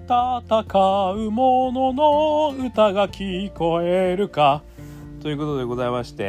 う者の歌が聞こえるかということでございまして、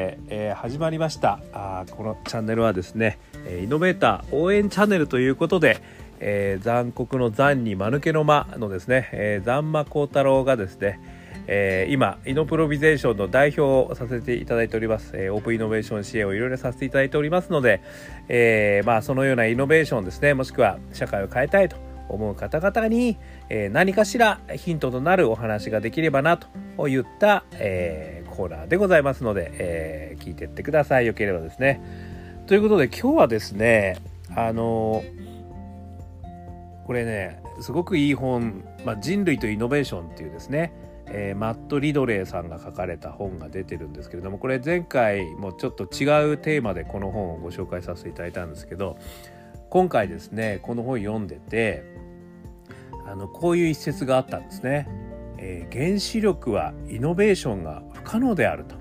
始まりました。このチャンネルはですね、イノベーター応援チャンネルということで、残酷の残に間抜けの間のですね、残馬幸太郎がですね、今イノプロビゼーションの代表をさせていただいております。オープンイノベーション支援をいろいろさせていただいておりますので、そのようなイノベーションですね、もしくは社会を変えたいと思う方々に、何かしらヒントとなるお話ができればなといった、コーナーでございますので、聞いていってください。よければですね。ということで今日はですね、これねすごくいい本、人類とイノベーションっていうですね、マット・リドレーさんが書かれた本が出てるんですけれども、これ前回もちょっと違うテーマでこの本をご紹介させていただいたんですけど、今回ですねこの本読んでてこういう一節があったんですね。原子力はイノベーションが不可能であると。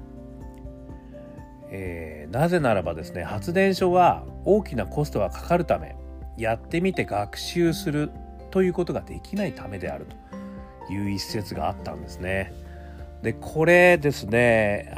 なぜならばですね、発電所は大きなコストがかかるため、やってみて学習するということができないためであるという一節があったんですね。でこれですね、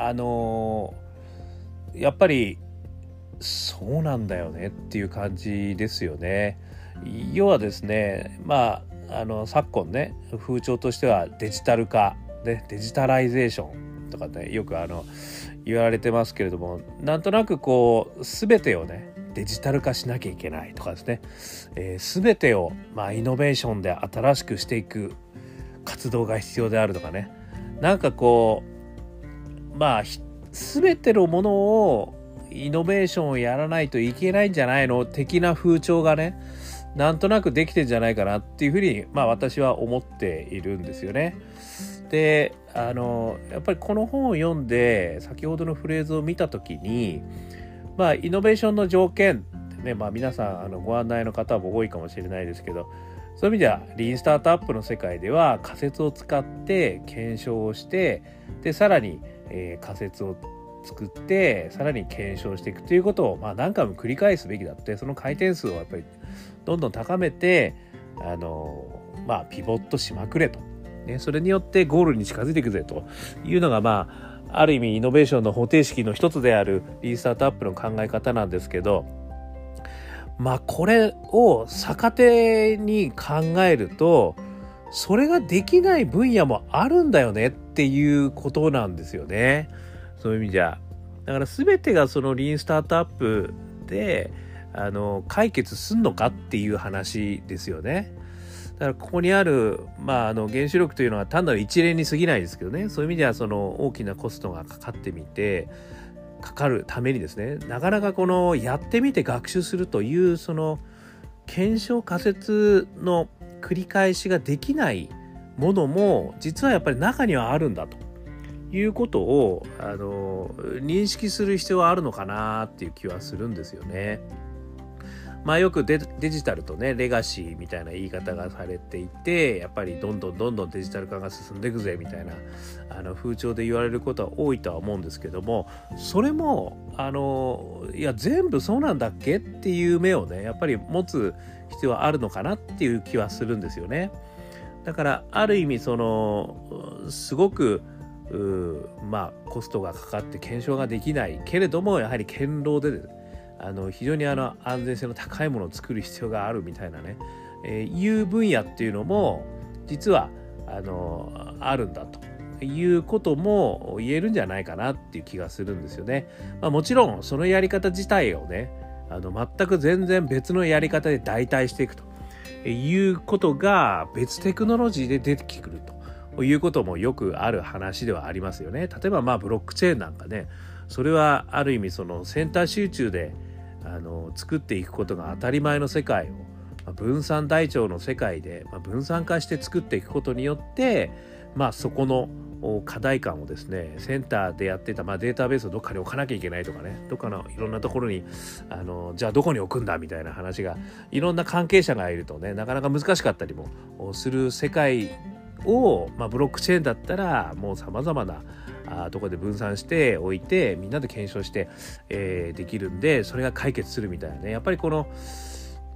やっぱりそうなんだよねっていう感じですよね。要はですね、昨今ね風潮としてはデジタル化でデジタライゼーションとかねよく言われてますけれども、なんとなくこう全てをねデジタル化しなきゃいけないとかですね、全てをイノベーションで新しくしていく活動が必要であるとかね、なんかこう全てのものをイノベーションをやらないといけないんじゃないの的な風潮がねなんとなくできてんじゃないかなっていうふうに私は思っているんですよね。でやっぱりこの本を読んで先ほどのフレーズを見た時にイノベーションの条件ってね、皆さんご案内の方も多いかもしれないですけど、そういう意味ではリーンスタートアップの世界では仮説を使って検証をして、でさらに、仮説を作ってさらに検証していくということを何回も繰り返すべきだって、その回転数をやっぱりどんどん高めてピボットしまくれと、ね、それによってゴールに近づいていくぜというのがある意味イノベーションの方程式の一つであるリーンスタートアップの考え方なんですけど、これを逆手に考えるとそれができない分野もあるんだよねっていうことなんですよね。そういう意味じゃだから全てがそのリーンスタートアップで解決すんのかっていう話ですよね。だからここにある、原子力というのは単なる一例に過ぎないですけどね、そういう意味ではその大きなコストがかかるためにですね、なかなかこのやってみて学習するというその検証仮説の繰り返しができないものも実はやっぱり中にはあるんだということを認識する必要はあるのかなっていう気はするんですよね。よくデジタルとねレガシーみたいな言い方がされていて、やっぱりどんどんデジタル化が進んでいくぜみたいな風潮で言われることは多いとは思うんですけども、それもいや全部そうなんだっけっていう目をねやっぱり持つ必要はあるのかなっていう気はするんですよね。だからある意味そのすごくコストがかかって検証ができないけれども、やはり堅牢で非常に安全性の高いものを作る必要があるみたいなね、いう分野っていうのも実はあるんだということも言えるんじゃないかなっていう気がするんですよね。もちろんそのやり方自体をね全く全然別のやり方で代替していくということが別テクノロジーで出てくるということもよくある話ではありますよね。例えばブロックチェーンなんかね、それはある意味そのセンター集中で作っていくことが当たり前の世界を分散台帳の世界で分散化して作っていくことによってそこの課題感をですねセンターでやってたデータベースをどっかに置かなきゃいけないとかね、どっかのいろんなところにじゃあどこに置くんだみたいな話がいろんな関係者がいるとねなかなか難しかったりもする世界を、ブロックチェーンだったらもうさまざまなところで分散しておいてみんなで検証して、できるんでそれが解決するみたいなね、やっぱりこの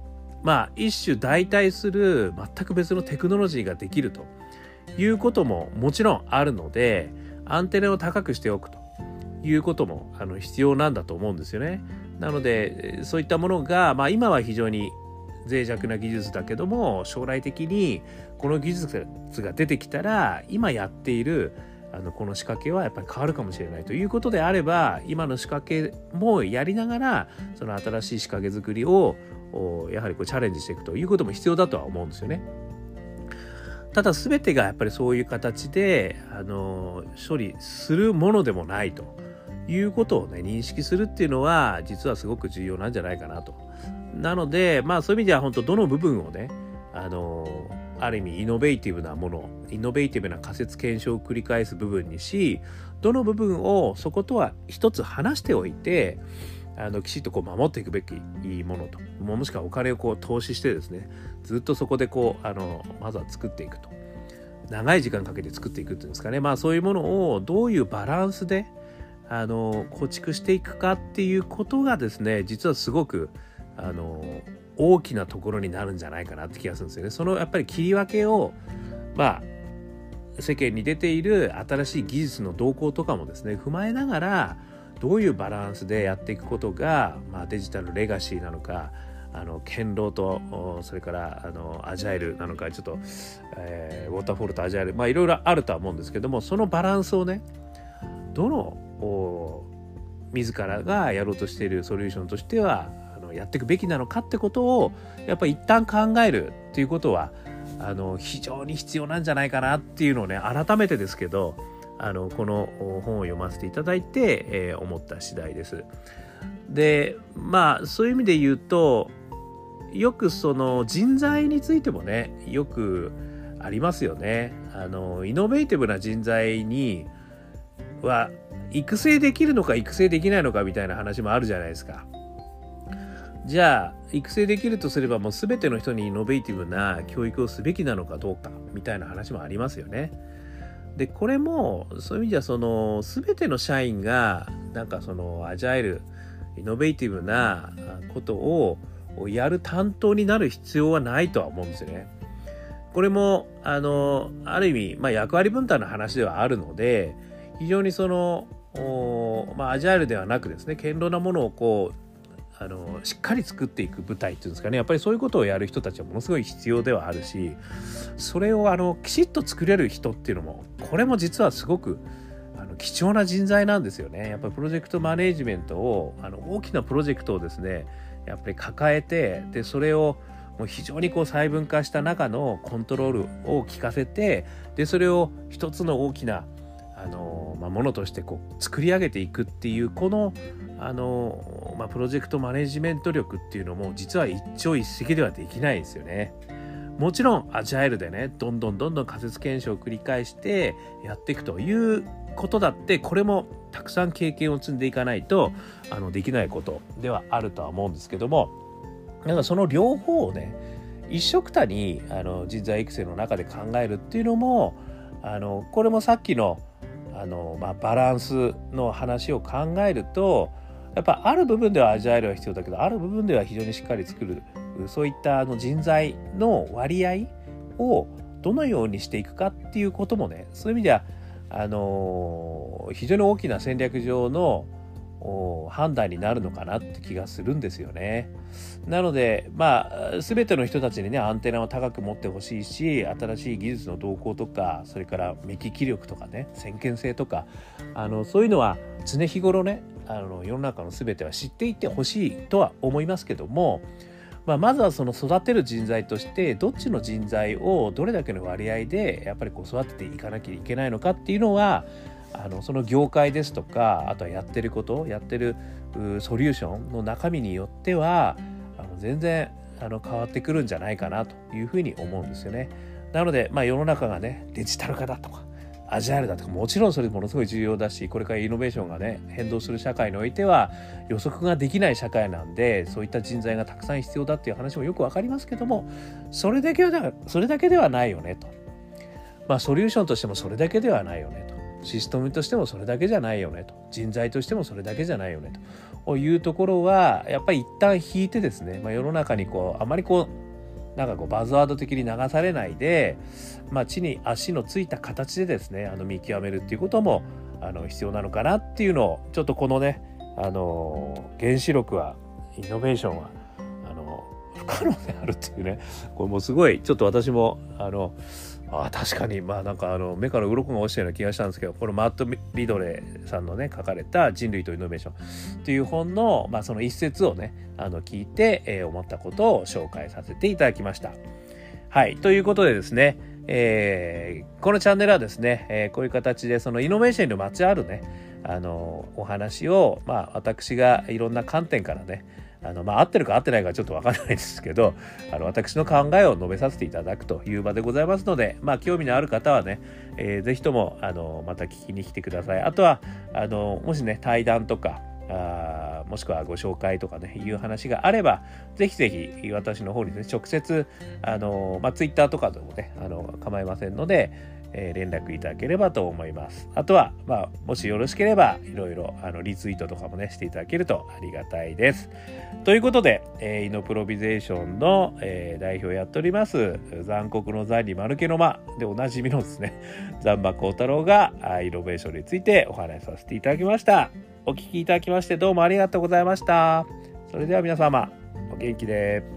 一種代替する全く別のテクノロジーができるということももちろんあるので、アンテナを高くしておくということも必要なんだと思うんですよね。なのでそういったものが、今は非常に脆弱な技術だけども、将来的にこの技術が出てきたら今やっているこの仕掛けはやっぱり変わるかもしれないということであれば、今の仕掛けもやりながらその新しい仕掛け作りをやはりチャレンジしていくということも必要だとは思うんですよね。ただ全てがやっぱりそういう形で処理するものでもないということをね、認識するっていうのは実はすごく重要なんじゃないかなと。なのでそういう意味では本当どの部分をね、ある意味イノベーティブなもの、イノベーティブな仮説検証を繰り返す部分にし、どの部分をそことは一つ離しておいてきちっと守っていくべきものと、もしくはお金を投資してですね、ずっとそこでまずは作っていくと、長い時間かけて作っていくっていうんですかね、そういうものをどういうバランスで構築していくかっていうことがですね、実はすごく大きなところになるんじゃないかなって気がするんですよね。そのやっぱり切り分けを世間に出ている新しい技術の動向とかもですね踏まえながら、どういうバランスでやっていくことが、デジタルレガシーなのか、堅牢とそれからアジャイルなのか、ちょっと、ウォーターフォールとアジャイル、いろいろあるとは思うんですけども、そのバランスをね、どの自らがやろうとしているソリューションとしてはやっていくべきなのかってことをやっぱり一旦考えるっていうことは非常に必要なんじゃないかなっていうのをね、改めてですけどこの本を読ませていただいて、思った次第です。でそういう意味で言うと、よくその人材についてもねよくありますよね。イノベーティブな人材には育成できるのか育成できないのかみたいな話もあるじゃないですか。じゃあ育成できるとすればもう全ての人にイノベーティブな教育をすべきなのかどうかみたいな話もありますよね。でこれもそういう意味ではその全ての社員がなんかそのアジャイルイノベーティブなことをやる担当になる必要はないとは思うんですよね。これもある意味、役割分担の話ではあるので、非常にそのアジャイルではなくですね、堅牢なものをしっかり作っていく部隊っていうんですかね、やっぱりそういうことをやる人たちはものすごい必要ではあるし、それをきちっと作れる人っていうのも、これも実はすごく貴重な人材なんですよね。やっぱりプロジェクトマネージメントを大きなプロジェクトをですねやっぱり抱えて、でそれをもう非常に細分化した中のコントロールを効かせて、でそれを一つの大きなものとして作り上げていくっていうこのプロジェクトマネジメント力っていうのも実は一朝一夕ではできないんですよね。もちろんアジャイルでねどんどん仮説検証を繰り返してやっていくということだって、これもたくさん経験を積んでいかないとできないことではあるとは思うんですけども、なんかその両方をね一緒くたに人材育成の中で考えるっていうのもこれもさっきのバランスの話を考えると、やっぱある部分ではアジャイルは必要だけど、ある部分では非常にしっかり作る、そういった人材の割合をどのようにしていくかっていうこともね、そういう意味では非常に大きな戦略上の判断になるのかなって気がするんですよね。なので全ての人たちにねアンテナを高く持ってほしいし、新しい技術の動向とか、それから目利き力とかね、先見性とかそういうのは常日頃ね世の中の全ては知っていってほしいとは思いますけども、まずはその育てる人材としてどっちの人材をどれだけの割合でやっぱり育てていかなきゃいけないのかっていうのはその業界ですとか、あとはやってるソリューションの中身によっては全然変わってくるんじゃないかなというふうに思うんですよね。なので世の中がねデジタル化だとかアジャイルだとか、もちろんそれものすごい重要だし、これからイノベーションがね変動する社会においては予測ができない社会なんで、そういった人材がたくさん必要だっていう話もよくわかりますけども、それだけではないよねと、ソリューションとしてもそれだけではないよねシステムとしてもそれだけじゃないよねと、人材としてもそれだけじゃないよねというところはやっぱり一旦引いてですね、世の中にあまりなんかバズワード的に流されないで、地に足のついた形でですね見極めるっていうことも必要なのかなっていうのを、ちょっとこのね原子力はイノベーションは不可能であるっていうね、これもうすごいちょっと私も確かになんか目から鱗が落ちたような気がしたんですけど、このマット・リドレーさんのね書かれた人類とイノベーションっていう本の、その一節をね聞いて、思ったことを紹介させていただきました。はい、ということでですね、このチャンネルはですね、こういう形でそのイノベーションにまつわるねお話を私がいろんな観点からね合ってるか合ってないかちょっと分からないですけど、私の考えを述べさせていただくという場でございますので、興味のある方はね、ぜひともまた聞きに来てください。あとはもしね対談とかもしくはご紹介とかねいう話があれば、ぜひぜひ私の方にね直接ツイッターとかでもね構いませんので、連絡いただければと思います。あとはもしよろしければいろいろリツイートとかもねしていただけるとありがたいです。ということで、イノプロビゼーションの、代表をやっております残酷の残に間抜けの間でおなじみのですね残場幸太郎がイノベーションについてお話しさせていただきました。お聞きいただきましてどうもありがとうございました。それでは皆様お元気で。